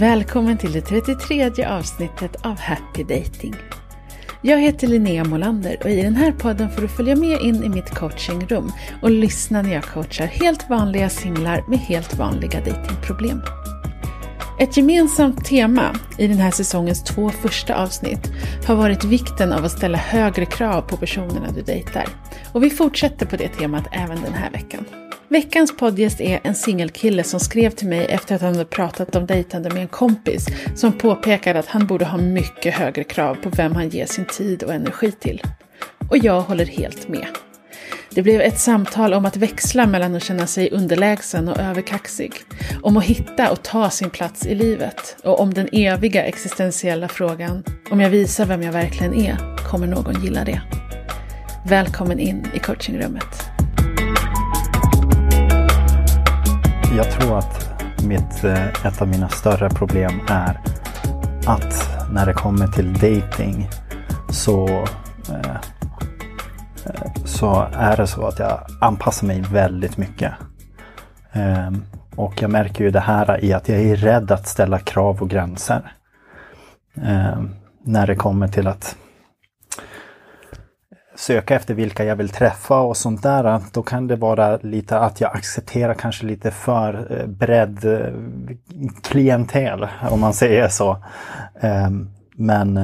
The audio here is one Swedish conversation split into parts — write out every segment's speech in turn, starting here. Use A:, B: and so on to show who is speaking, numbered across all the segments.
A: Välkommen till det 33:e avsnittet av Happy Dating. Jag heter Linnea Molander och i den här podden får du följa med in i mitt coachingrum och lyssna när jag coachar helt vanliga singlar med helt vanliga datingproblem. Ett gemensamt tema i den här säsongens 2 första avsnitt har varit vikten av att ställa högre krav på personerna du dejtar. Och vi fortsätter på det temat även den här veckan. Veckans poddgäst är en singelkille som skrev till mig efter att han hade pratat om dejtande med en kompis som påpekade att han borde ha mycket högre krav på vem han ger sin tid och energi till. Och jag håller helt med. Det blev ett samtal om att växla mellan att känna sig underlägsen och överkaxig. Om att hitta och ta sin plats i livet. Och om den eviga existentiella frågan: om jag visar vem jag verkligen är, kommer någon gilla det? Välkommen in i coachingrummet.
B: Jag tror att ett av mina större problem är att när det kommer till dating så är det så att jag anpassar mig väldigt mycket. Och jag märker ju det här i att jag är rädd att ställa krav och gränser. När det kommer till att söka efter vilka jag vill träffa och sånt där, då kan det vara lite att jag accepterar kanske lite för bredd klientel, om man säger så. Men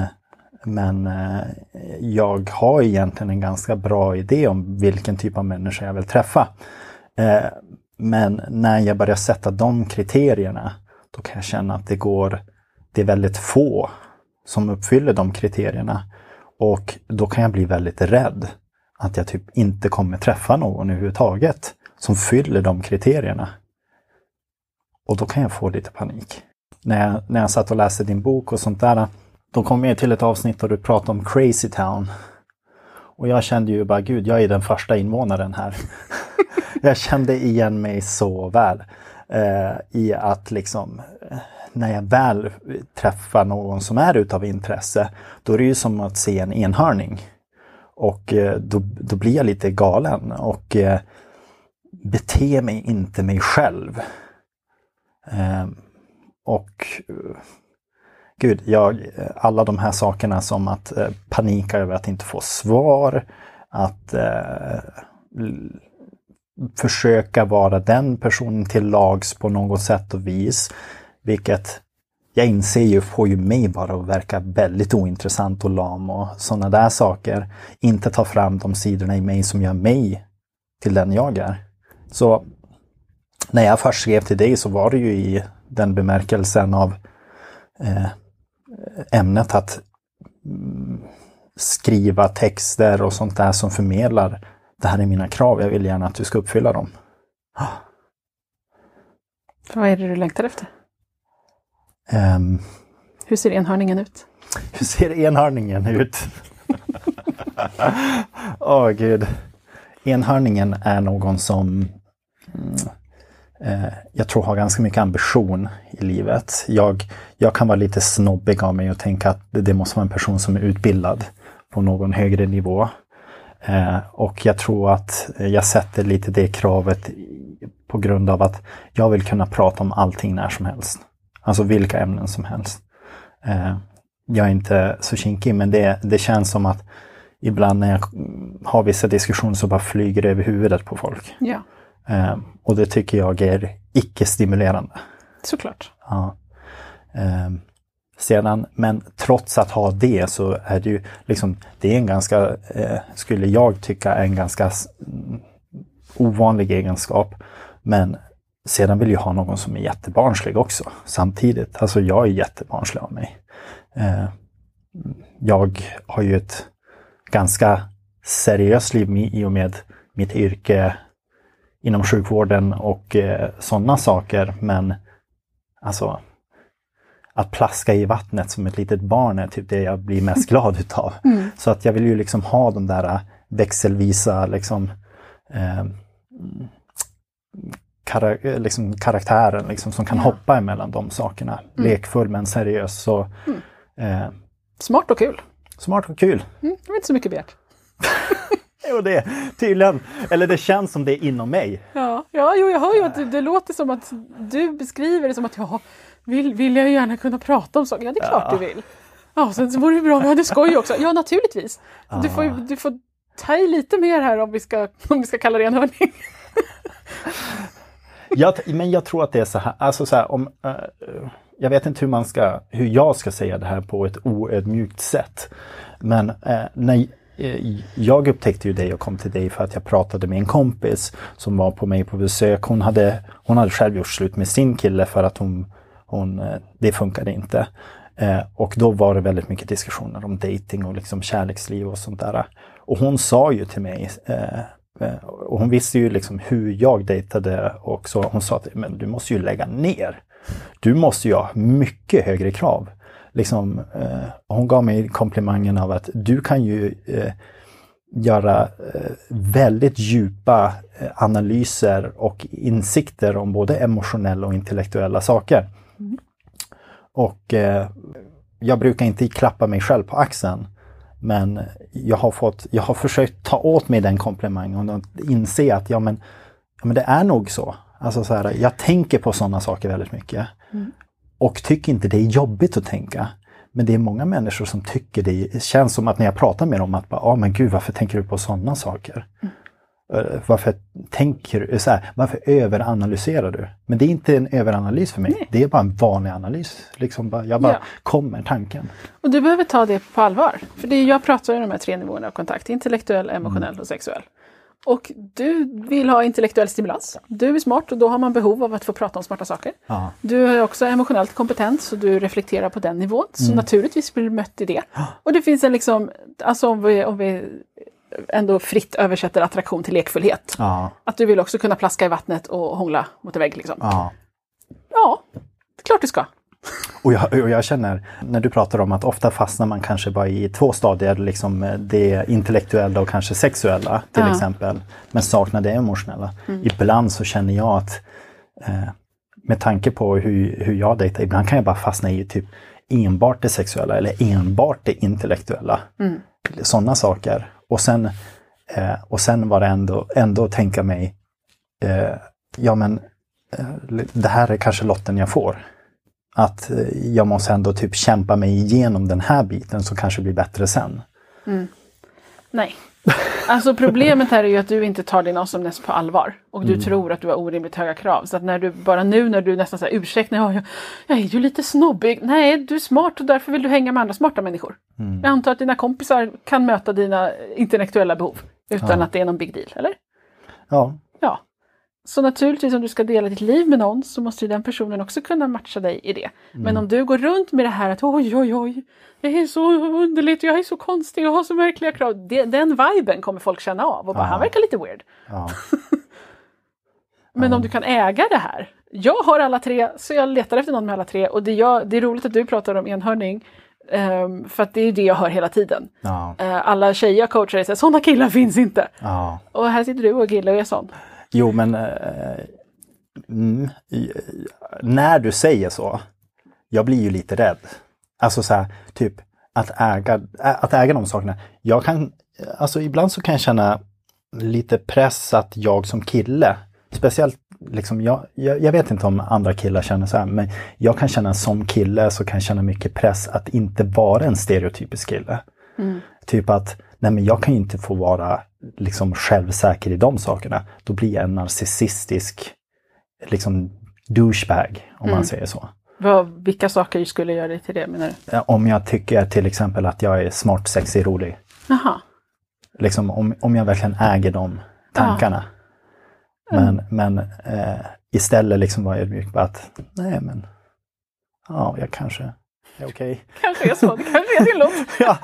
B: jag har egentligen en ganska bra idé om vilken typ av människa jag vill träffa. Men när jag börjar sätta de kriterierna, då kan jag känna att det är väldigt få som uppfyller de kriterierna. Och då kan jag bli väldigt rädd att jag typ inte kommer träffa någon överhuvudtaget som fyller de kriterierna. Och då kan jag få lite panik. När jag satt och läste din bok och sånt där, då kom jag till ett avsnitt där du pratade om Crazy Town. Och jag kände ju bara, gud, jag är den första invånaren här. Jag kände igen mig så väl i att liksom, när jag väl träffar någon som är utav intresse, då är det ju som att se en enhörning. Och då blir jag lite galen och beter mig inte mig själv. Gud, alla de här sakerna som att panika över att inte få svar, att försöka vara den personen till lags på något sätt och vis, vilket jag inser ju får ju mig bara att verka väldigt ointressant och lam och sådana där saker. Inte ta fram de sidorna i mig som gör mig till den jag är. Så när jag först skrev till dig så var det ju i den bemärkelsen av ämnet att skriva texter och sånt där som förmedlar: det här är mina krav, jag vill gärna att du ska uppfylla dem.
A: Vad är det du längtar efter? Hur ser enhörningen ut?
B: Hur ser enhörningen ut? Åh gud. Enhörningen är någon som jag tror har ganska mycket ambition i livet. Jag kan vara lite snobbig av mig och tänka att det måste vara en person som är utbildad på någon högre nivå. Och jag tror att jag sätter lite det kravet på grund av att jag vill kunna prata om allting när som helst. Alltså vilka ämnen som helst. Jag är inte så kinkig, men det känns som att ibland när jag har vissa diskussioner så bara flyger det över huvudet på folk.
A: Ja.
B: Och det tycker jag är icke-stimulerande.
A: Såklart.
B: Ja. Men trots att ha det så är det ju liksom, det är en ganska, skulle jag tycka, en ganska ovanlig egenskap. Men sedan vill jag ha någon som är jättebarnslig också samtidigt. Alltså jag är jättebarnslig av mig. Jag har ju ett ganska seriöst liv i och med mitt yrke inom sjukvården och sådana saker. Men alltså, att plaska i vattnet som ett litet barn är typ det jag blir mest glad utav. Mm. Så att jag vill ju liksom ha de där växelvisa liksom, karaktären liksom, som kan hoppa emellan de sakerna. Lekfull men seriös. Så,
A: smart och kul.
B: Smart och kul.
A: Det var inte så mycket begärt.
B: Och det tydligen, eller det känns som det är inom mig.
A: Ja, jag hör ju att det låter som att du beskriver det som att vill jag gärna kunna prata om saker. Ja, det är klart du vill. Ja, sen så vore det bra om vi hade skoj också. Ja, naturligtvis. Du får ta i lite mer här om vi ska kalla det en hörning.
B: Men jag tror att det är så här, alltså så här, jag vet inte hur jag ska säga det här på ett oödmjukt sätt. Men när jag upptäckte ju dig och kom till dig för att jag pratade med en kompis som var på mig på besök. Hon hade själv gjort slut med sin kille för att det funkade inte. Och då var det väldigt mycket diskussioner om dating och liksom kärleksliv och sånt där. Och hon sa ju till mig, och hon visste ju liksom hur jag dejtade, och så hon sa att men du måste ju lägga ner. Du måste ju ha mycket högre krav. Liksom, hon gav mig komplimangen av att du kan ju göra väldigt djupa analyser och insikter om både emotionella och intellektuella saker. Mm. Och jag brukar inte klappa mig själv på axeln, men jag har försökt ta åt mig den komplimangen och inse att ja men det är nog så. Alltså så här, jag tänker på sådana saker väldigt mycket. Mm. Och tycker inte det är jobbigt att tänka. Men det är många människor som tycker det känns som att när jag pratar med dem att men gud, varför tänker du på sådana saker? Mm. Varför överanalyserar du? Men det är inte en överanalys för mig. Nej. Det är bara en vanlig analys. Liksom jag kommer tanken.
A: Och du behöver ta det på allvar. För jag pratar ju om de här 3 nivåerna av kontakt. Intellektuell, emotionell och sexuell. Och du vill ha intellektuell stimulans. Du är smart och då har man behov av att få prata om smarta saker. Ja. Du är också emotionellt kompetent så du reflekterar på den nivån. Så naturligtvis blir du mött i det. Och det finns en liksom, alltså om vi ändå fritt översätter attraktion till lekfullhet. Ja. Att du vill också kunna plaska i vattnet och hångla mot en vägg liksom. Ja, det är klart du ska.
B: Och jag känner, när du pratar om att ofta fastnar man kanske bara i 2 stadier, liksom det intellektuella och kanske sexuella till exempel, men saknar det emotionella. Ibland så känner jag att med tanke på hur jag dejtar, ibland kan jag bara fastna i typ enbart det sexuella eller enbart det intellektuella. Sådana saker. Och sen var det ändå tänka mig det här är kanske lotten jag får. Att jag måste ändå typ kämpa mig igenom den här biten så kanske blir bättre sen.
A: Nej. Alltså problemet här är ju att du inte tar din awesomeness på allvar. Och du tror att du har orimligt höga krav. Så att när du nästan säger ursäkta, jag är ju lite snobbig. Nej, du är smart och därför vill du hänga med andra smarta människor. Jag antar att dina kompisar kan möta dina intellektuella behov. Utan att det är någon big deal, eller?
B: Ja.
A: Så naturligtvis om du ska dela ditt liv med någon så måste ju den personen också kunna matcha dig i det. Men om du går runt med det här att oj, jag är så underligt, jag är så konstig, jag har så märkliga krav. Den viben kommer folk känna av och bara, han verkar lite weird. Ja. Men om du kan äga det här. Jag har alla 3 så jag letar efter någon med alla 3 och det är roligt att du pratar om enhörning. För att det är det jag hör hela tiden. Ja. Alla tjejer coachar säger sådana killar finns inte. Ja. Och här sitter du och killar och är sån.
B: Jo, men när du säger så, jag blir ju lite rädd. Alltså så här, typ att äga de sakerna. Ibland så kan jag känna lite press att jag som kille, speciellt liksom jag vet inte om andra killar känner så här, men jag kan känna som kille så kan jag känna mycket press att inte vara en stereotypisk kille. Typ att nej, men jag kan ju inte få vara liksom självsäker i de sakerna. Då blir jag en narcissistisk liksom douchebag, om man säger så.
A: Vilka saker skulle göra dig till det, menar du?
B: Om jag tycker till exempel att jag är smart, sexig, rolig.
A: Aha.
B: Liksom om jag verkligen äger de tankarna. Men istället liksom var jag mjuk på att nej men jag kanske är okej.
A: Kanske är så, det kanske är din låt.
B: Ja.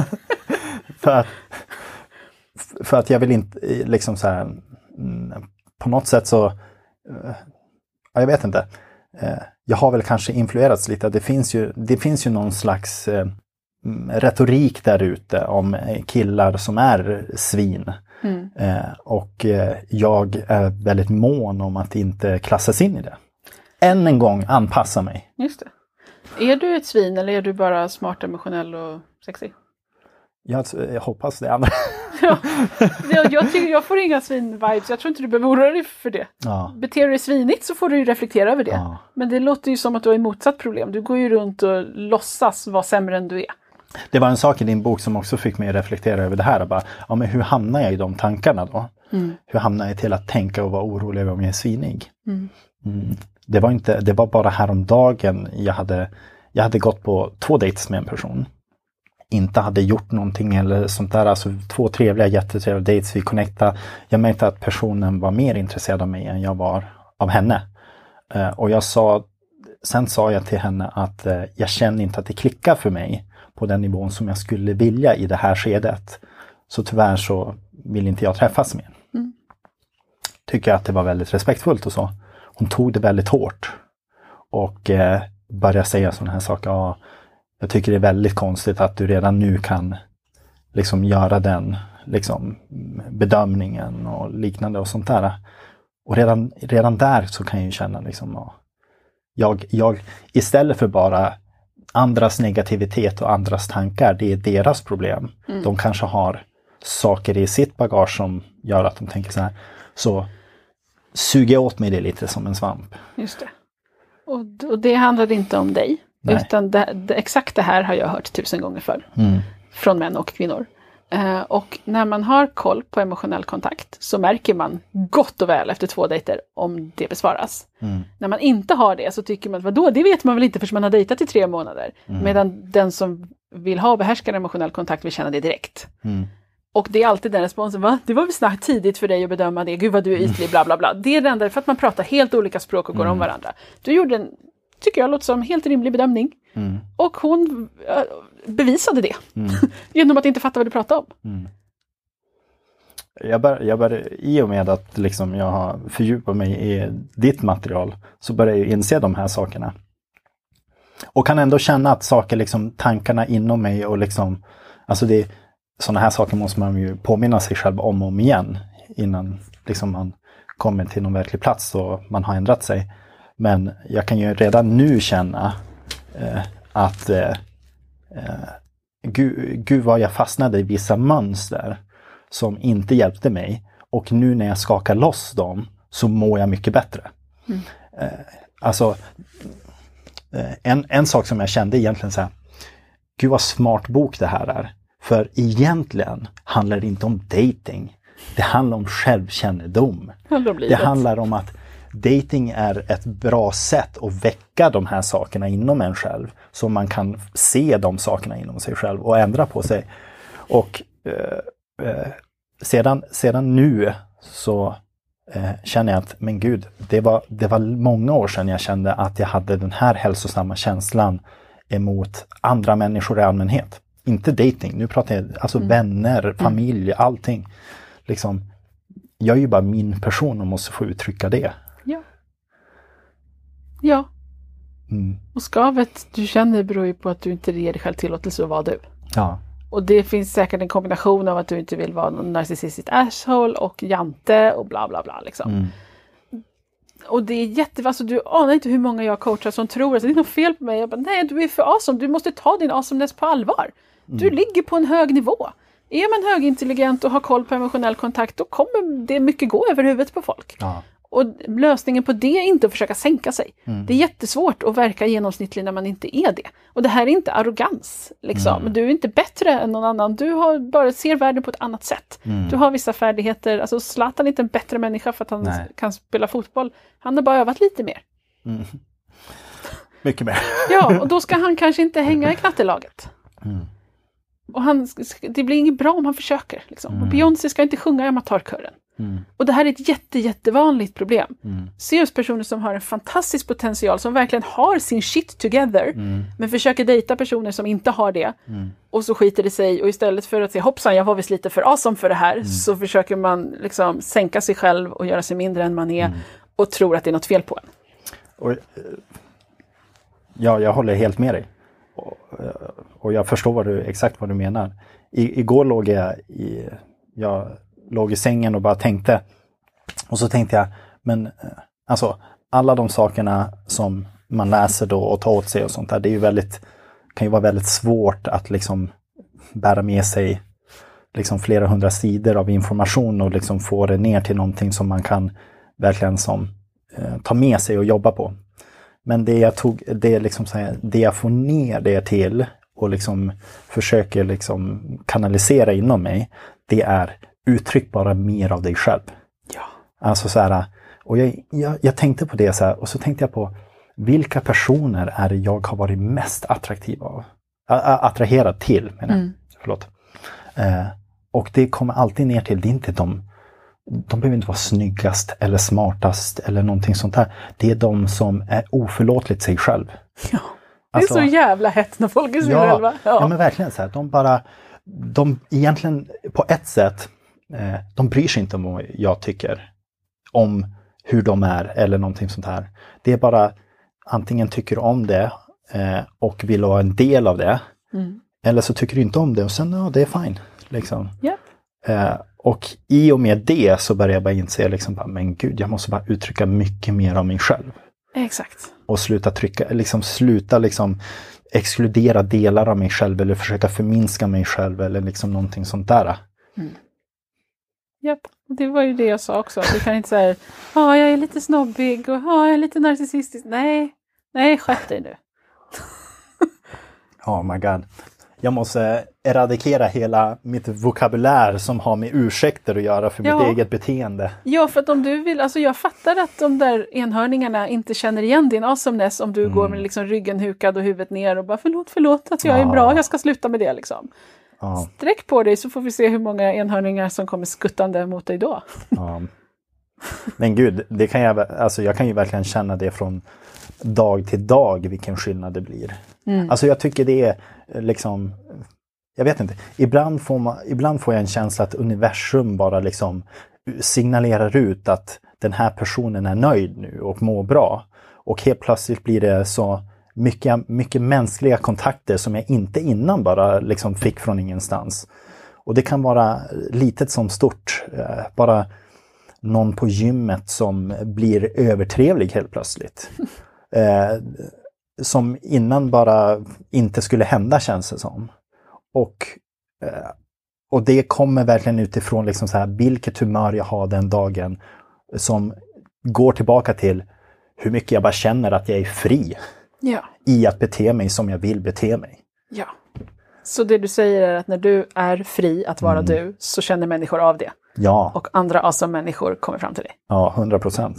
B: För att jag vill inte liksom så här på något sätt så jag vet inte. Jag har väl kanske influerats lite. Det finns ju någon slags retorik där ute om killar som är svin. Och jag är väldigt mån om att inte klassas in i det. Än en gång anpassa mig.
A: Just det. Är du ett svin eller är du bara smart, emotionell och sexig?
B: Jag hoppas det andra.
A: Jag får inga svin-vibes. Jag tror inte du behöver oroa dig för det.
B: Ja.
A: Beter du dig svinigt så får du ju reflektera över det.
B: Ja.
A: Men det låter ju som att du har ett motsatt problem. Du går ju runt och låtsas vara sämre än du är.
B: Det var en sak i din bok som också fick mig att reflektera över det här. Bara, men hur hamnar jag i de tankarna då? Hur hamnar jag till att tänka och vara orolig över om jag är svinig? Det var bara häromdagen jag hade gått på 2 dates med en person. Inte hade gjort någonting eller sånt där. Alltså 2 trevliga, jättetrevliga dates. Vi connectade. Jag märkte att personen var mer intresserad av mig än jag var av henne. Och sen sa jag till henne att jag kände inte att det klickar för mig på den nivån som jag skulle vilja i det här skedet. Så tyvärr så vill inte jag träffas mer. Tycker att det var väldigt respektfullt och så. Hon tog det väldigt hårt. Och började säga sådana här saker. Ja, jag tycker det är väldigt konstigt att du redan nu kan liksom göra den liksom, bedömningen och liknande och sånt där. Och redan där så kan jag ju känna liksom, jag istället för bara andras negativitet och andras tankar, det är deras problem. De kanske har saker i sitt bagage som gör att de tänker så här. Så suger jag åt mig det lite som en svamp.
A: Just det. Och det handlar inte om dig. Nej. Utan exakt det här har jag hört 1000 gånger förr. Från män och kvinnor. Och när man har koll på emotionell kontakt så märker man gott och väl efter 2 dejter om det besvaras. När man inte har det så tycker man, vadå? Det vet man väl inte förrän man har dejtat i 3 månader. Medan den som vill ha och behärskar emotionell kontakt vill känna det direkt. Och det är alltid den responsen, va? Det var väl snart tidigt för dig att bedöma det. Gud vad du är ytlig, bla bla bla. Det är det enda för att man pratar helt olika språk och går om varandra. Du gjorde en, tycker jag låter som helt rimlig bedömning. Och hon bevisade det. Genom att inte fatta vad du pratade om.
B: Jag börjar, i och med att liksom jag har fördjupat mig i ditt material så börjar jag inse de här sakerna. Och kan ändå känna att saker, liksom tankarna inom mig och liksom, alltså det, sådana här saker måste man ju påminna sig själv om och om igen innan liksom man kommer till någon verklig plats och man har ändrat sig. Men jag kan ju redan nu känna att gud vad jag fastnade i vissa mönster som inte hjälpte mig. Och nu när jag skakar loss dem så mår jag mycket bättre. Alltså en sak som jag kände egentligen så här, gud vad smart bok det här är. För egentligen handlar det inte om dating. Det handlar om självkännedom. Det handlar om att dating är ett bra sätt att väcka de här sakerna inom en själv. Så man kan se de sakerna inom sig själv och ändra på sig. Och sedan nu så känner jag att, men gud, det var många år sedan jag kände att jag hade den här hälsosamma känslan emot andra människor i allmänhet. Inte dating, nu pratar jag alltså vänner, familj, allting. Liksom, jag är ju bara min person och måste få uttrycka det.
A: Ja. Och skavet du känner beror ju på att du inte ger dig själv tillåtelse att vara du.
B: Ja.
A: Och det finns säkert en kombination av att du inte vill vara någon narcissistisk asshole och jante och bla bla bla liksom. Och det är alltså du anar inte hur många jag coachar som tror att det är något fel på mig. Jag bara, nej, du är för awesome. Du måste ta din awesomeness på allvar. Du ligger på en hög nivå. Är man högintelligent och har koll på emotionell kontakt, då kommer det mycket gå över huvudet på folk.
B: Ja.
A: Och lösningen på det är inte att försöka sänka sig. Det är jättesvårt att verka genomsnittlig när man inte är det. Och det här är inte arrogans. Liksom. Du är inte bättre än någon annan. Du har bara ser världen på ett annat sätt. Du har vissa färdigheter. Alltså Zlatan är inte en bättre människa för att han kan spela fotboll. Han har bara övat lite mer.
B: Mycket mer.
A: Ja, och då ska han kanske inte hänga i knattelaget. Och det blir inget bra om han försöker. Liksom. Och Beyoncé ska inte sjunga i amatörkören. Och det här är ett jättevanligt problem. Se just personer som har en fantastisk potential, som verkligen har sin shit together, men försöker dejta personer som inte har det. Och så skiter det sig, och istället för att säga hoppsan, jag var visst lite för awesome för det här, så försöker man liksom sänka sig själv och göra sig mindre än man är och tror att det är något fel på en.
B: Och, ja, jag håller helt med dig. Och jag förstår exakt vad du menar. Igår låg i sängen och bara tänkte. Och så tänkte jag, men alltså alla de sakerna som man läser då och tar åt sig och sånt där, det är ju kan ju vara väldigt svårt att liksom bära med sig liksom flera 100 sidor av information och liksom få det ner till någonting som man kan verkligen ta med sig och jobba på. Men det jag får ner det till och liksom försöker liksom kanalisera inom mig, det är uttryck bara mer av dig själv.
A: Ja.
B: Alltså så här, och jag tänkte på det så här, och så tänkte jag på vilka personer är det jag har varit mest attraherad till. Förlåt. Och det kommer alltid ner till, det är inte de behöver inte vara snyggast eller smartast eller någonting sånt där. Det är de som är oförlåtligt sig själv.
A: Ja. Det är så jävla hett när folk är sig själva.
B: Ja, men verkligen så här. De egentligen på ett sätt, de bryr sig inte om vad jag tycker om hur de är eller någonting sånt här. Det är bara antingen tycker om det och vill ha en del av det. Eller så tycker du inte om det och sen, det är fine. Liksom.
A: Yep.
B: Och i och med det så börjar jag bara inse liksom, men gud, jag måste bara uttrycka mycket mer av mig själv.
A: Exakt.
B: Och sluta exkludera delar av mig själv eller försöka förminska mig själv eller liksom någonting sånt där.
A: Japp, det var ju det jag sa också. Du kan inte säga, jag är lite snobbig och jag är lite narcissistisk. Nej, skärp dig nu.
B: Oh my god. Jag måste eradikera hela mitt vokabulär som har med ursäkter att göra för mitt eget beteende.
A: Ja, för att om du vill, alltså jag fattar att de där enhörningarna inte känner igen din awesomeness om du går med liksom ryggen hukad och huvudet ner och bara förlåt att jag är bra, jag ska sluta med det liksom. Sträck på dig så får vi se hur många enhörningar som kommer skuttande mot dig då.
B: Men gud, det kan jag kan ju verkligen känna det från dag till dag vilken skillnad det blir. Alltså jag tycker det är liksom, jag vet inte, ibland får jag en känsla att universum bara liksom signalerar ut att den här personen är nöjd nu och mår bra. Och helt plötsligt blir det så mycket mänskliga kontakter som jag inte innan bara liksom fick från ingenstans. Och det kan vara litet som stort. Bara någon på gymmet som blir övertrevlig helt plötsligt. Som innan bara inte skulle hända, känns det som. Och det kommer verkligen utifrån liksom så här, vilket humör jag har den dagen, som går tillbaka till hur mycket jag bara känner att jag är fri i att bete mig som jag vill bete mig. Ja.
A: Så det du säger är att när du är fri att vara du, så känner människor av det.
B: Ja.
A: Och andra awesome människor kommer fram till dig.
B: Ja, 100%.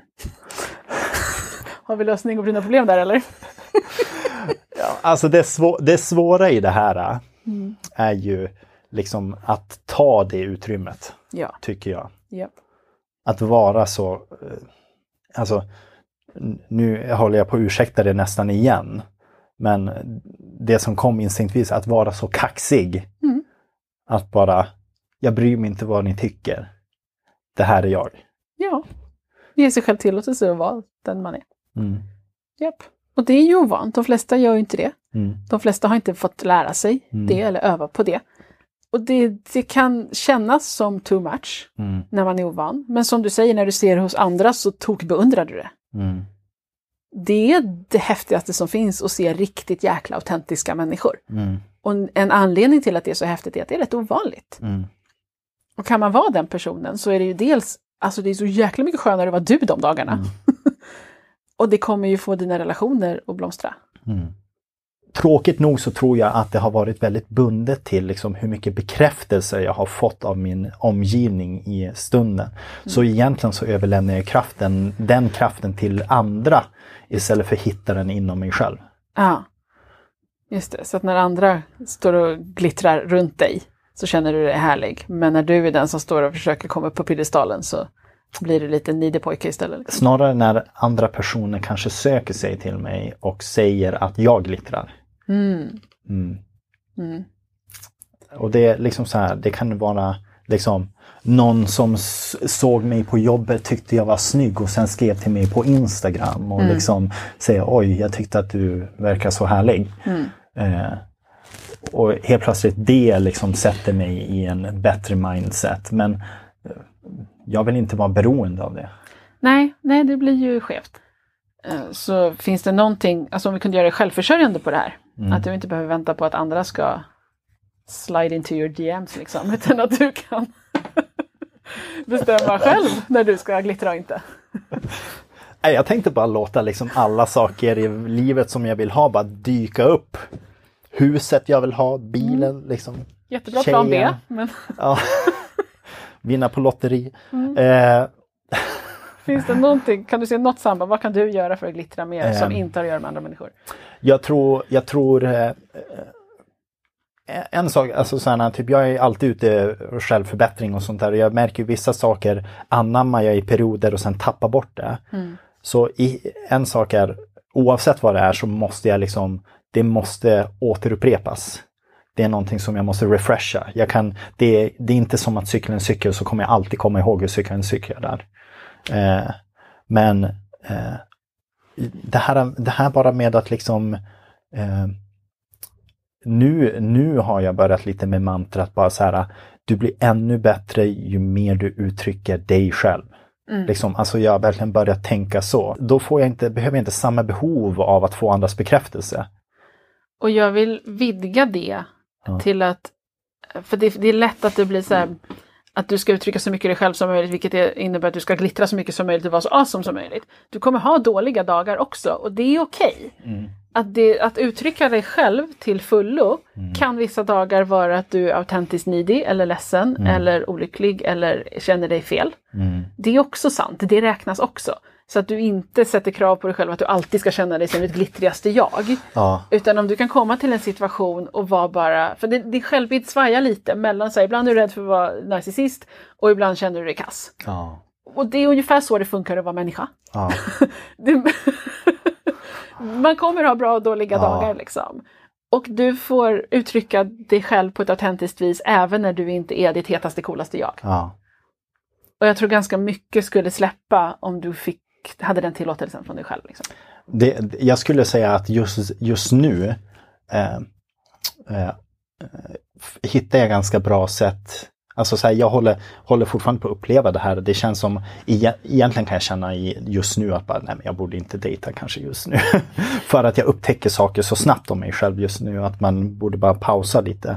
A: Har vi lösning på dina problem där, eller?
B: Alltså det svåra i det här är ju liksom att ta det utrymmet, tycker jag.
A: Ja.
B: Att vara så, alltså nu håller jag på att ursäkta det nästan igen, men det som kom instinktivt, att vara så kaxig, att bara, jag bryr mig inte vad ni tycker, det här är jag.
A: Ja, ge sig själv tillåtelse att vara den man är. Japp. Och det är ju ovant, de flesta gör ju inte det. De flesta har inte fått lära sig det eller öva på det. Och det kan kännas som too much när man är ovan. Men som du säger, när du ser det hos andra så beundrar du det. Det är det häftigaste som finns, att se riktigt jäkla autentiska människor. Och en anledning till att det är så häftigt är att det är rätt ovanligt. Och kan man vara den personen så är det ju dels, alltså det är så jäkla mycket skönare att vara du de dagarna. Och det kommer ju få dina relationer att blomstra.
B: Tråkigt nog så tror jag att det har varit väldigt bundet till liksom hur mycket bekräftelse jag har fått av min omgivning i stunden. Så egentligen så överlämnar jag den kraften till andra istället för att hitta den inom mig själv.
A: Ja, just det. Så att när andra står och glittrar runt dig så känner du dig härlig. Men när du är den som står och försöker komma upp på piedestalen så blir det lite nidepojke istället. Liksom.
B: Snarare när andra personer kanske söker sig till mig och säger att jag glittrar. Och det är liksom så här, det kan vara liksom någon som såg mig på jobbet, tyckte jag var snygg och sen skrev till mig på Instagram och liksom säger, oj, jag tyckte att du verkar så härlig. Och helt plötsligt det liksom sätter mig i en bättre mindset. Men jag vill inte vara beroende av det.
A: Nej, det blir ju skevt. Så finns det någonting, alltså om vi kunde göra det självförsörjande på det här. Att du inte behöver vänta på att andra ska slide into your DMs liksom, utan att du kan bestämma själv när du ska glittra och inte.
B: Nej, jag tänkte bara låta liksom alla saker i livet som jag vill ha bara dyka upp. Huset jag vill ha, bilen liksom.
A: Jättebra plan B. Men...
B: Ja. Vinna på lotteri.
A: Finns det någonting, kan du se något samband? Vad kan du göra för att glittra mer som inte har att göra med andra människor?
B: Jag tror en sak, alltså såhär, typ jag är alltid ute och självförbättring och sånt där. Jag märker ju vissa saker anammar jag i perioder och sen tappar bort det. Så en sak är, oavsett vad det är så måste jag liksom, det måste återupprepas. Det är någonting som jag måste refresha. Det är inte som att cykla en cykel så kommer jag alltid komma ihåg hur cykla en cykel där. Men det här bara med att liksom nu har jag börjat lite med mantrat bara så här, du blir ännu bättre ju mer du uttrycker dig själv. Liksom, alltså jag har verkligen börjat tänka så. Då behöver jag inte samma behov av att få andras bekräftelse. Och
A: jag vill vidga det till att, för det är lätt att det blir så här, att du ska uttrycka så mycket dig själv som möjligt, vilket innebär att du ska glittra så mycket som möjligt och vara så awesome som möjligt. Du kommer ha dåliga dagar också och det är okej. Att uttrycka dig själv till fullo kan vissa dagar vara att du är autentiskt needy eller ledsen eller olycklig eller känner dig fel. Det är också sant, det räknas också. Så att du inte sätter krav på dig själv att du alltid ska känna dig som det glittrigaste jag. Ja. Utan om du kan komma till en situation och vara bara... För din självbild svajar lite mellan sig. Ibland är du rädd för att vara narcissist och ibland känner du dig kass. Ja. Och det är ungefär så det funkar att vara människa. Ja. Man kommer ha bra och dåliga dagar liksom. Och du får uttrycka dig själv på ett autentiskt vis även när du inte är ditt hetaste, coolaste jag. Ja. Och jag tror ganska mycket skulle släppa om du hade den tillåtelsen från dig själv. Liksom.
B: Jag skulle säga att just nu hittar jag ganska bra sätt. Alltså så här, jag håller fortfarande på att uppleva det här. Det känns som, egentligen kan jag känna just nu att bara, nej, men jag borde inte dejta kanske just nu. För att jag upptäcker saker så snabbt om mig själv just nu att man borde bara pausa lite.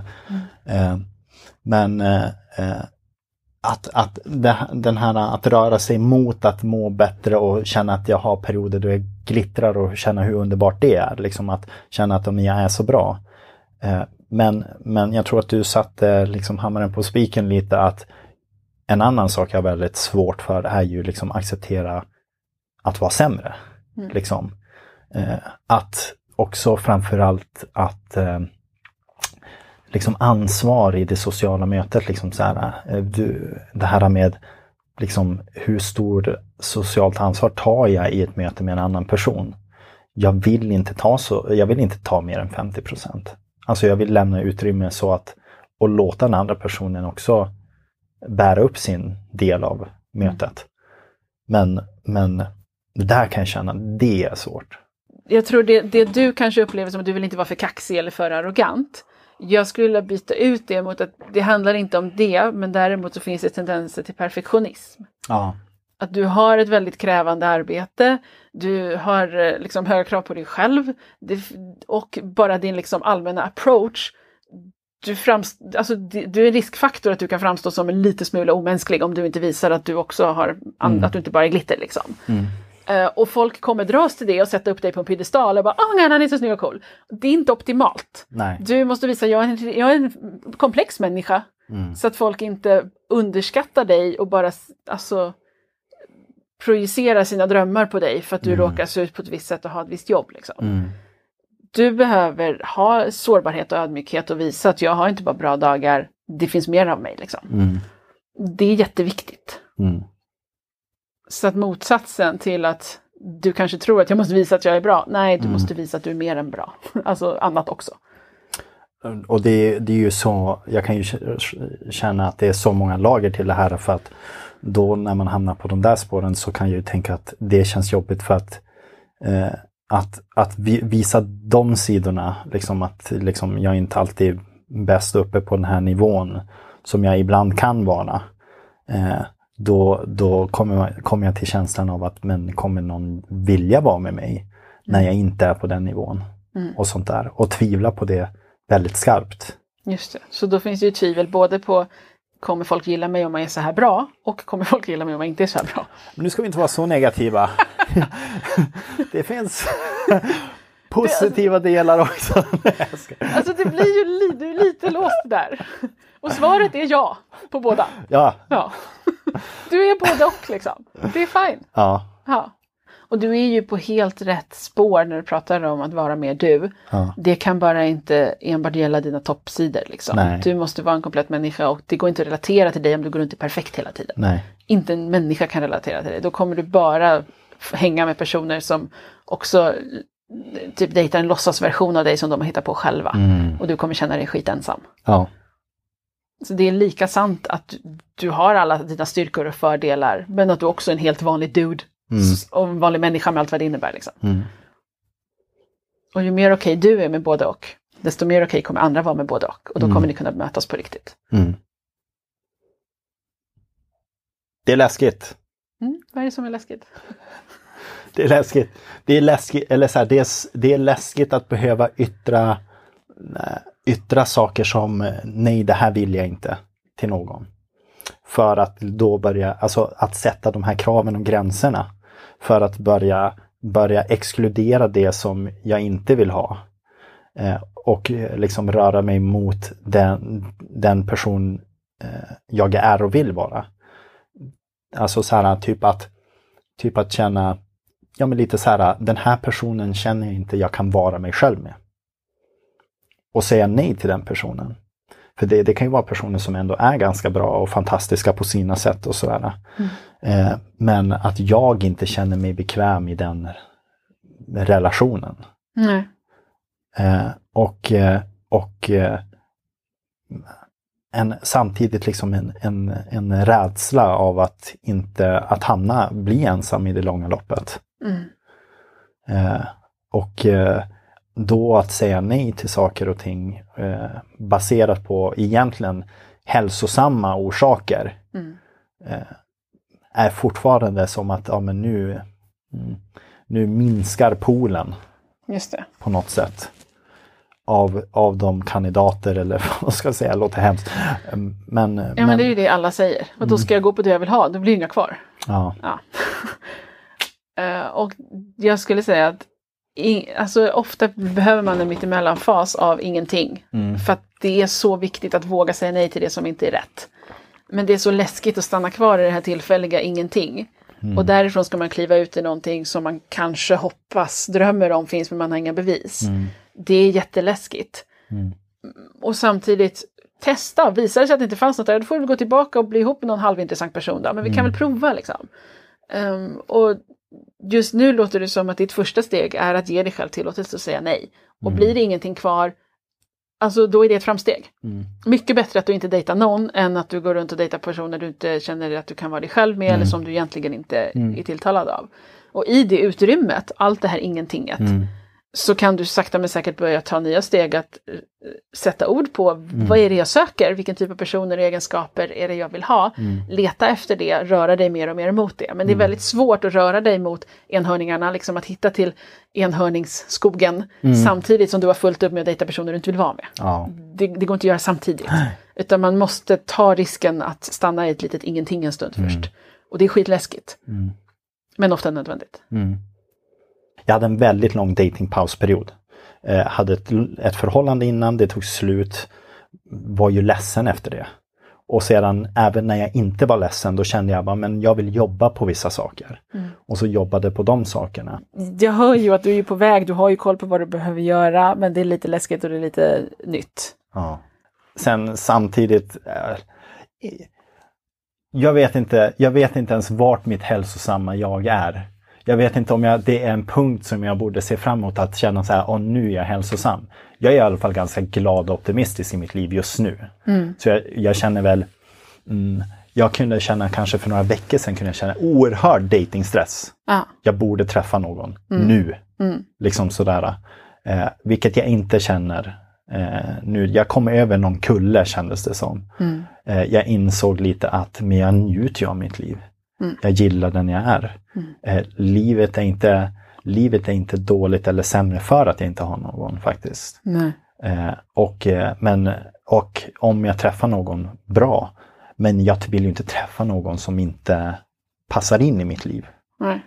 B: Att röra sig mot att må bättre och känna att jag har perioder då jag glittrar och känna hur underbart det är. Liksom att känna att jag är så bra. Men jag tror att du satte liksom hammaren på spiken lite, att en annan sak jag har väldigt svårt för är ju liksom acceptera att vara sämre. Liksom. Att också framförallt att liksom ansvar i det sociala mötet, liksom så här, det här med liksom hur stor socialt ansvar tar jag i ett möte med en annan person. Jag vill inte ta mer än 50%. Alltså jag vill lämna utrymme så att, och låta den andra personen också bära upp sin del av mötet. Men det där kan jag känna, det är svårt.
A: Jag tror det du kanske upplever som att du vill inte vara för kaxig eller för arrogant. Jag skulle byta ut det mot att det handlar inte om det, men däremot så finns det tendenser till perfektionism. Ja. Att du har ett väldigt krävande arbete, du har liksom höga krav på dig själv och bara din liksom allmänna approach. Du är en riskfaktor att du kan framstå som en lite smula omänsklig om du inte visar att du också har, att du inte bara är glitter liksom. Och folk kommer dras till det och sätta upp dig på en piedestal och bara, nej, han är så snygg och cool. Det är inte optimalt. Nej. Du måste visa, jag är en komplex människa. Så att folk inte underskattar dig och bara projicera sina drömmar på dig för att du råkar se ut på ett visst sätt och ha ett visst jobb. Liksom. Du behöver ha sårbarhet och ödmjukhet och visa att jag har inte bara bra dagar, det finns mer av mig. Liksom. Det är jätteviktigt. Så att motsatsen till att du kanske tror att jag måste visa att jag är bra. Nej, du måste visa att du är mer än bra. Alltså annat också.
B: Och det är ju så, jag kan ju känna att det är så många lager till det här, för att då när man hamnar på de där spåren så kan jag ju tänka att det känns jobbigt för att visa de sidorna, liksom att liksom jag inte alltid är bäst uppe på den här nivån som jag ibland kan vara. Då kommer jag till känslan av att kommer någon vilja vara med mig när jag inte är på den nivån och sånt där. Och tvivla på det väldigt skarpt
A: Just det. Så då finns det ju tvivel både på kommer folk gilla mig om jag är så här bra och kommer folk gilla mig om jag inte är så här bra.
B: Nu ska vi inte vara så negativa. Det finns positiva delar också.
A: Alltså det blir ju du är lite låst där. Och svaret är ja på båda.
B: Ja.
A: Du är både och liksom. Det är fine.
B: Ja.
A: Och du är ju på helt rätt spår när du pratar om att vara mer du.
B: Ja.
A: Det kan bara inte enbart gälla dina toppsidor. Liksom.
B: Nej.
A: Du måste vara en komplett människa och det går inte att relatera till dig om du går runt i perfekt hela tiden.
B: Nej.
A: Inte en människa kan relatera till dig. Då kommer du bara hänga med personer som också typ dejtar en låtsasversion av dig som de har hittat på själva. Och du kommer känna dig skitensam.
B: Ja.
A: Så det är lika sant att du har alla dina styrkor och fördelar men att du också är en helt vanlig dude. Och en vanlig människa med allt vad det innebär. Liksom. Och ju mer okej du är med både och, desto mer okej kommer andra vara med både och. Och då kommer ni kunna mötas på riktigt.
B: Det är läskigt.
A: Vad är det som är läskigt?
B: Det är läskigt. Det är läskigt, eller så här, det är läskigt att behöva yttra saker som nej, det här vill jag inte till någon. För att då börja, alltså att sätta de här kraven och gränserna. För att börja exkludera det som jag inte vill ha. Och liksom röra mig mot den person jag är och vill vara. Alltså så här, typ att känna, ja men lite så här, den här personen känner jag inte jag kan vara mig själv med. Och säga nej till den personen. För det kan ju vara personer som ändå är ganska bra och fantastiska på sina sätt och sådär. Men att jag inte känner mig bekväm i den relationen.
A: Nej.
B: Samtidigt liksom en rädsla av att bli ensam i det långa loppet. Då att säga nej till saker och ting baserat på egentligen hälsosamma orsaker är fortfarande som att men nu minskar poolen.
A: Just det.
B: På något sätt av de kandidater eller vad ska jag säga, låter hemskt. Men det
A: är ju det alla säger. Och då ska jag gå på det jag vill ha, då blir inga kvar.
B: Ja.
A: Och jag skulle säga att alltså ofta behöver man en mittemellanfas av ingenting. För att det är så viktigt att våga säga nej till det som inte är rätt. Men det är så läskigt att stanna kvar i det här tillfälliga ingenting. Och därifrån ska man kliva ut i någonting som man kanske hoppas, drömmer om finns men man har inga bevis. Det är jätteläskigt. Och samtidigt testa, visar det sig att det inte fanns något där, då får vi gå tillbaka och bli ihop med någon halvintressant person då. Men vi kan väl prova liksom. Och just nu låter det som att ditt första steg är att ge dig själv tillåtelse att säga nej. Och blir det ingenting kvar, alltså då är det ett framsteg. Mycket bättre att du inte dejtar någon än att du går runt och dejtar personer du inte känner att du kan vara dig själv med eller som du egentligen inte är tilltalad av. Och i det utrymmet, allt det här ingentinget, så kan du sakta men säkert börja ta nya steg att sätta ord på vad är det jag söker, vilken typ av personer och egenskaper är det jag vill ha. Leta efter det, röra dig mer och mer mot det. Men det är väldigt svårt att röra dig mot enhörningarna, liksom att hitta till enhörningsskogen samtidigt som du har fullt upp med att dejta personer du inte vill vara med.
B: Ja.
A: Det går inte att göra samtidigt. Utan man måste ta risken att stanna i ett litet ingenting en stund först. Och det är skitläskigt. Men ofta nödvändigt.
B: Jag hade en väldigt lång datingpausperiod. Hade ett förhållande innan, det tog slut. Var ju ledsen efter det. Och sedan, även när jag inte var ledsen, då kände jag bara, men jag vill jobba på vissa saker. Och så jobbade på de sakerna.
A: Jag hör ju att du är på väg, du har ju koll på vad du behöver göra, men det är lite läskigt och det är lite nytt.
B: Ja. Sen samtidigt, jag vet inte ens vart mitt hälsosamma jag är. Jag vet inte om det är en punkt som jag borde se fram emot att känna så här, nu är jag hälsosam. Jag är i alla fall ganska glad och optimistisk i mitt liv just nu. Så jag känner väl, jag kunde känna kanske för några veckor sedan kunde jag känna oerhörd datingstress. Jag borde träffa någon nu. Liksom sådär. Vilket jag inte känner nu. Jag kom över någon kulle kändes det som. Jag insåg lite att men jag njuter av mitt liv. Jag gillar den jag är. Livet är inte dåligt eller sämre för att jag inte har någon faktiskt. Och om jag träffar någon bra, men jag vill ju inte träffa någon som inte passar in i mitt liv.
A: Nej.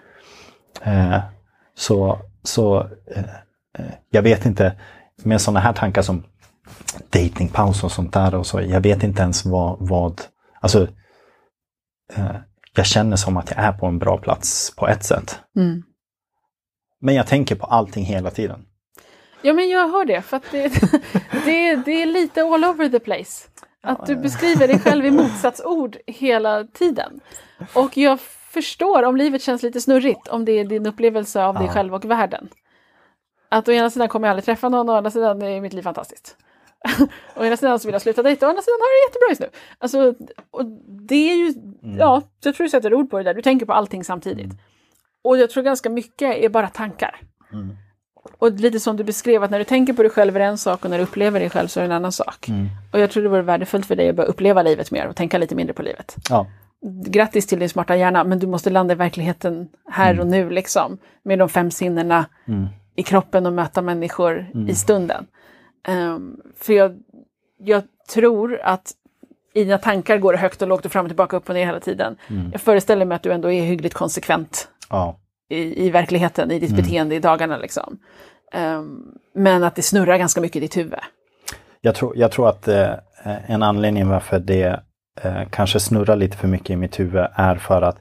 B: Jag vet inte, med sådana här tankar som datingpaus och sånt där och så, jag vet inte ens vad alltså jag känner som att jag är på en bra plats på ett sätt. Men jag tänker på allting hela tiden.
A: Ja, men jag hör det, för att det är lite all over the place. Att du beskriver dig själv i motsatsord hela tiden. Och jag förstår om livet känns lite snurrigt, om det är din upplevelse av dig själv och världen. Att å ena sidan kommer jag aldrig träffa någon, och å andra sidan är mitt liv fantastiskt. Å ena sidan så vill jag sluta dejta, å andra sidan har det jättebra just nu. Alltså, och det är ju, ja, jag tror du sätter ord på det där. Du tänker på allting samtidigt. Och jag tror ganska mycket är bara tankar. Och lite som du beskrev, att när du tänker på dig själv är det en sak, och när du upplever dig själv så är det en annan sak. Och jag tror det vore värdefullt för dig att börja uppleva livet mer och tänka lite mindre på livet. Ja. Grattis till din smarta hjärna, men du måste landa i verkligheten här och nu liksom. Med de 5 sinnena i kroppen och möta människor i stunden. För jag tror att i dina tankar går det högt och lågt och fram och tillbaka, upp och ner hela tiden. Jag föreställer mig att du ändå är hyggligt konsekvent i verkligheten, i ditt beteende i dagarna liksom. Men att det snurrar ganska mycket i ditt huvud. Jag tror att en anledning varför det kanske snurrar lite för mycket i mitt huvud är för att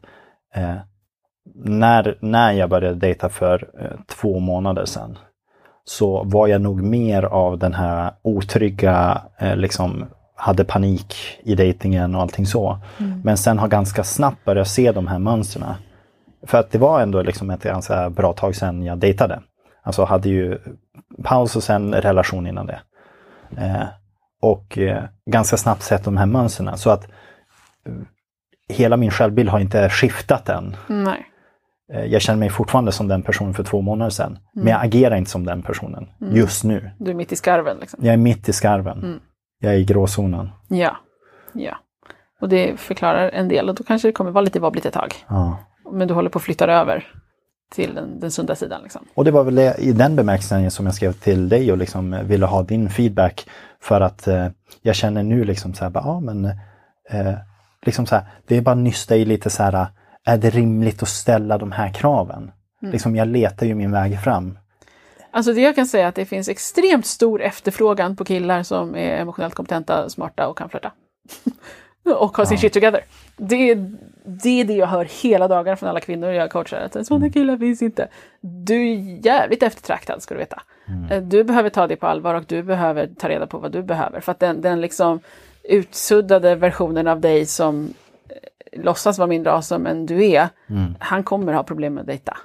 A: när jag började dejta för 2 månader sedan, så var jag nog mer av den här otrygga, liksom hade panik i dejtingen och allting så. Men sen har ganska snabbt börjat se de här mönstren. För att det var ändå liksom ett ganska bra tag sedan jag dejtade. Alltså hade ju paus och sen relation innan det. Och ganska snabbt sett de här mönstren. Så att hela min självbild har inte skiftat än. Nej. Jag känner mig fortfarande som den personen för 2 månader sedan. Men jag agerar inte som den personen just nu. Du är mitt i skarven liksom.
B: Jag är mitt i skarven. Jag är i gråzonen.
A: Ja. Och det förklarar en del. Och då kanske det kommer vara lite vabbligt ett tag. Ja. Men du håller på att flytta över till den sunda sidan liksom. Och
B: det var väl i den bemärkelsen som jag skrev till dig och liksom ville ha din feedback. För att jag känner nu liksom så här, liksom så här, det är bara nysta i lite så här, är det rimligt att ställa de här kraven? Liksom jag letar ju min väg fram.
A: Alltså det jag kan säga är att det finns extremt stor efterfrågan på killar som är emotionellt kompetenta, smarta och kan flirta. Och ha sin shit together. Det är det jag hör hela dagen från alla kvinnor jag coachar. Att sådana killar finns inte. Du är jävligt eftertraktad, ska du veta. Du behöver ta det på allvar och du behöver ta reda på vad du behöver. För att den liksom utsuddade versionen av dig som låtsas vara mindre awesome än du är, han kommer ha problem med att dejta.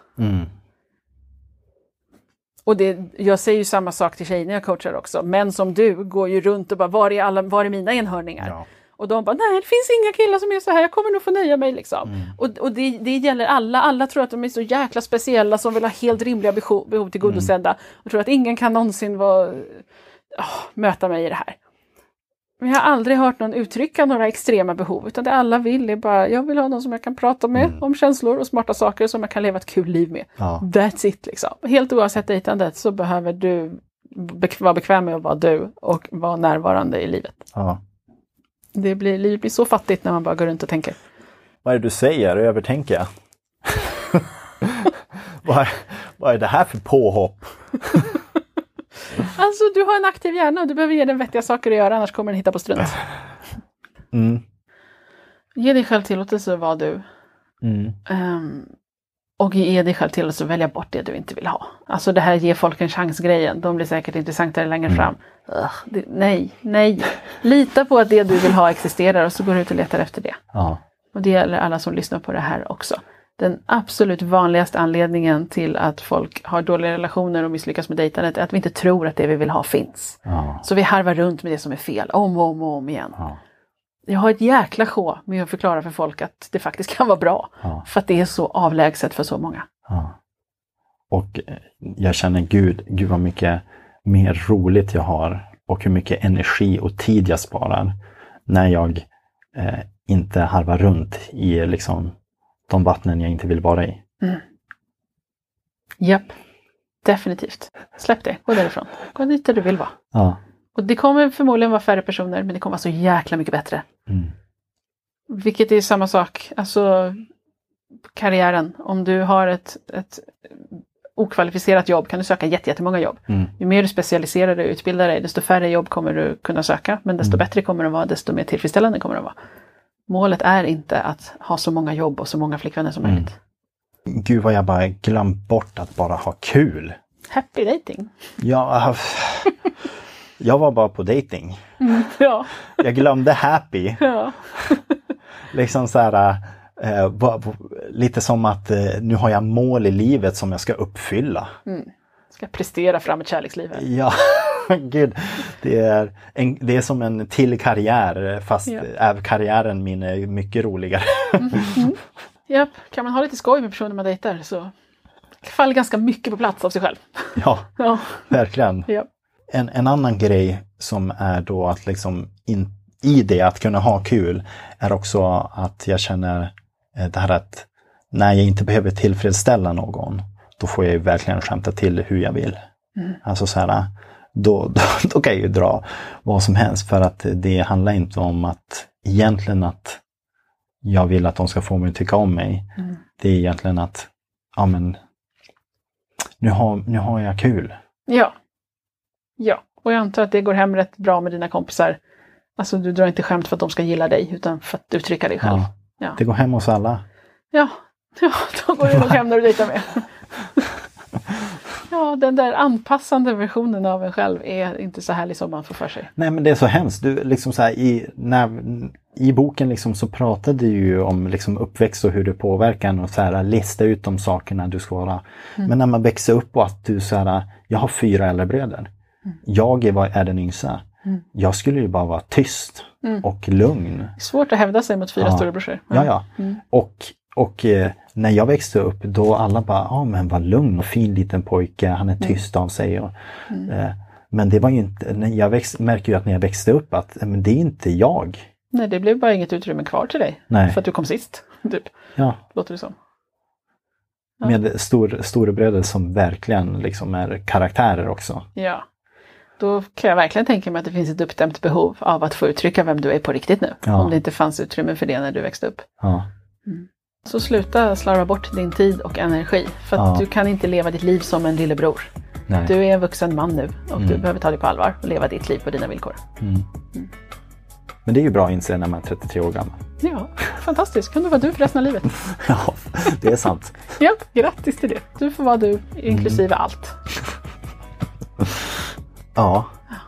A: Och jag säger ju samma sak till tjejer när jag coachar också. Män som du går ju runt och bara, var är mina enhörningar? Ja. Och de bara, nej det finns inga killar som är så här, jag kommer nog få nöja mig liksom. Och det gäller alla tror att de är så jäkla speciella som vill ha helt rimliga behov tillgodosedda. Och tror att ingen kan någonsin möta mig i det här. Men jag har aldrig hört någon uttrycka några extrema behov, utan det alla vill är bara, jag vill ha någon som jag kan prata med om känslor och smarta saker som jag kan leva ett kul liv med. Ja. That's it liksom. Helt oavsett dejtandet så behöver du vara bekväm med att vara du och vara närvarande i livet. Ja. Livet blir så fattigt när man bara går runt och tänker.
B: Vad är det du säger? Övertänker jag? Vad är det här för påhopp?
A: Alltså du har en aktiv hjärna och du behöver ge den vettiga saker att göra, annars kommer den hitta på strunt. Ge dig själv tillåtelse att vara du. Och ge dig själv tillåtelse att välja bort det du inte vill ha. Alltså det här ger folk en chans-grejen. De blir säkert intressantare längre fram. Nej. Lita på att det du vill ha existerar och så går du ut och letar efter det. Ja. Och det gäller alla som lyssnar på det här också. Den absolut vanligaste anledningen till att folk har dåliga relationer och misslyckas med dejtandet är att vi inte tror att det vi vill ha finns. Ja. Så vi harvar runt med det som är fel om och om igen. Ja. Jag har ett jäkla sjå med att förklara för folk att det faktiskt kan vara bra. Ja. För att det är så avlägset för så många. Ja.
B: Och jag känner Gud vad mycket mer roligt jag har. Och hur mycket energi och tid jag sparar. När jag inte harvar runt i liksom de vattnen jag inte vill vara i.
A: Japp. Definitivt. Släpp det. Gå därifrån. Gå dit där du vill vara.
B: Ja.
A: Och det kommer förmodligen vara färre personer, men det kommer vara så jäkla mycket bättre. Vilket är samma sak. Alltså karriären. Om du har ett okvalificerat jobb kan du söka jättemånga jobb. Ju mer du specialiserar dig och utbildar dig, desto färre jobb kommer du kunna söka. Men desto bättre kommer det vara, desto mer tillfredsställande kommer det vara. Målet är inte att ha så många jobb och så många flickvänner som möjligt.
B: Gud vad jag bara glömt bort att bara ha kul.
A: Happy dating.
B: Ja, jag var bara på dating.
A: Ja.
B: Jag glömde happy.
A: Ja.
B: Liksom så här, lite som att nu har jag mål i livet som jag ska uppfylla.
A: Ska prestera fram ett kärleksliv.
B: Ja, gud. Det är som en till karriär, fast karriären min är mycket roligare.
A: Japp, kan man ha lite skoj med personer man dejtar så faller ganska mycket på plats av sig själv.
B: Ja. Verkligen.
A: Japp.
B: En annan grej som är då att liksom i det att kunna ha kul är också att jag känner det här att när jag inte behöver tillfredsställa någon, då får jag ju verkligen skämta till hur jag vill. Alltså så här, då kan jag ju dra vad som helst, för att det handlar inte om att egentligen att jag vill att de ska få mig att tycka om mig. Det är egentligen att ja, men nu har jag kul. Ja, och jag antar att det går hem rätt bra med dina kompisar. Alltså du drar inte skämt för att de ska gilla dig, utan för att uttrycka dig själv. Ja. Det går hem hos alla. Ja, då går det nog hem när du dejtar med. Ja, den där anpassande versionen av en själv är inte så härlig som man får för sig. Nej, men det är så hemskt. Du, liksom så här, i boken liksom, så pratade du ju om liksom, uppväxt och hur det påverkar en och så här, lista ut de sakerna du ska vara. Men när man växer upp och att du så här, jag har 4 äldre bröder. Jag är den yngsta. Jag skulle ju bara vara tyst och lugn. Svårt att hävda sig mot 4 storebrorsor. Ja. Och när jag växte upp, då alla bara, men vad lugn och fin liten pojke, han är tyst av sig. Och, men det var ju inte, märker ju att när jag växte upp att men det är inte jag. Nej, det blev bara inget utrymme kvar till dig. Nej. För att du kom sist, typ. Ja. Låter det som. Ja. Med storebröder som verkligen liksom är karaktärer också. Ja. Då kan jag verkligen tänka mig att det finns ett uppdämt behov av att få uttrycka vem du är på riktigt nu. Ja. Om det inte fanns utrymme för det när du växte upp. Ja. Så sluta slarva bort din tid och energi. För att du kan inte leva ditt liv som en lillebror. Nej. Du är en vuxen man nu och du behöver ta dig på allvar och leva ditt liv på dina villkor. Men det är ju bra att inse när man är 33 år gammal. Ja, fantastiskt. Kan du vara du för resten av livet? Ja, det är sant. Ja, grattis till det. Du får vara du, inklusive allt. Ja.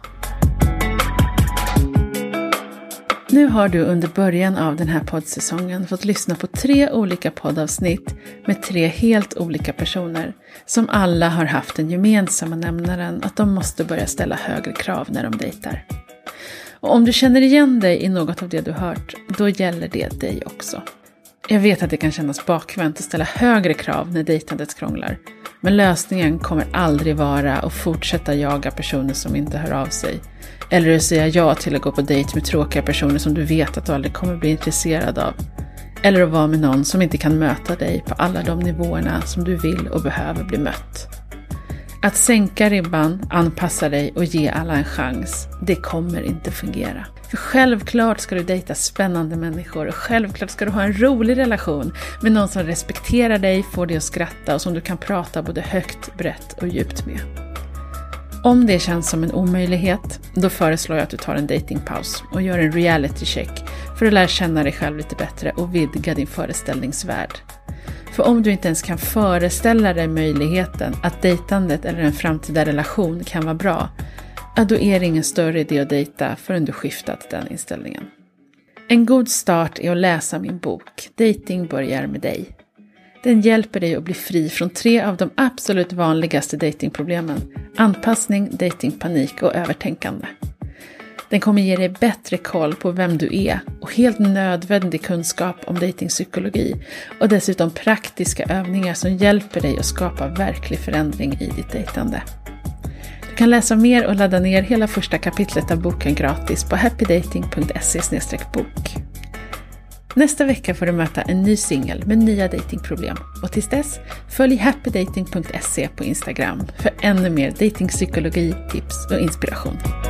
B: Nu har du under början av den här poddsäsongen fått lyssna på 3 olika poddavsnitt med 3 helt olika personer som alla har haft den gemensamma nämnaren att de måste börja ställa högre krav när de dejtar. Och om du känner igen dig i något av det du hört, då gäller det dig också. Jag vet att det kan kännas bakvänt att ställa högre krav när dejtandet krånglar. Men lösningen kommer aldrig vara att fortsätta jaga personer som inte hör av sig. Eller att säga ja till att gå på dejt med tråkiga personer som du vet att du aldrig kommer bli intresserad av. Eller att vara med någon som inte kan möta dig på alla de nivåerna som du vill och behöver bli mött. Att sänka ribban, anpassa dig och ge alla en chans, det kommer inte fungera. För självklart ska du dejta spännande människor och självklart ska du ha en rolig relation med någon som respekterar dig, får dig att skratta och som du kan prata både högt, brett och djupt med. Om det känns som en omöjlighet, då föreslår jag att du tar en datingpaus och gör en reality check för att lära känna dig själv lite bättre och vidga din föreställningsvärld. För om du inte ens kan föreställa dig möjligheten att dejtandet eller en framtida relation kan vara bra, då är det ingen större idé att dejta förrän du skiftat den inställningen. En god start är att läsa min bok Dating börjar med dig. Den hjälper dig att bli fri från 3 av de absolut vanligaste datingproblemen: anpassning, datingpanik och övertänkande. Den kommer ge dig bättre koll på vem du är och helt nödvändig kunskap om datingpsykologi och dessutom praktiska övningar som hjälper dig att skapa verklig förändring i ditt dejtande. Du kan läsa mer och ladda ner hela första kapitlet av boken gratis på happydating.se/bok.
A: Nästa vecka får du möta en ny singel med nya datingproblem. Och tills dess, följ happydating.se på Instagram för ännu mer datingpsykologi, tips och inspiration.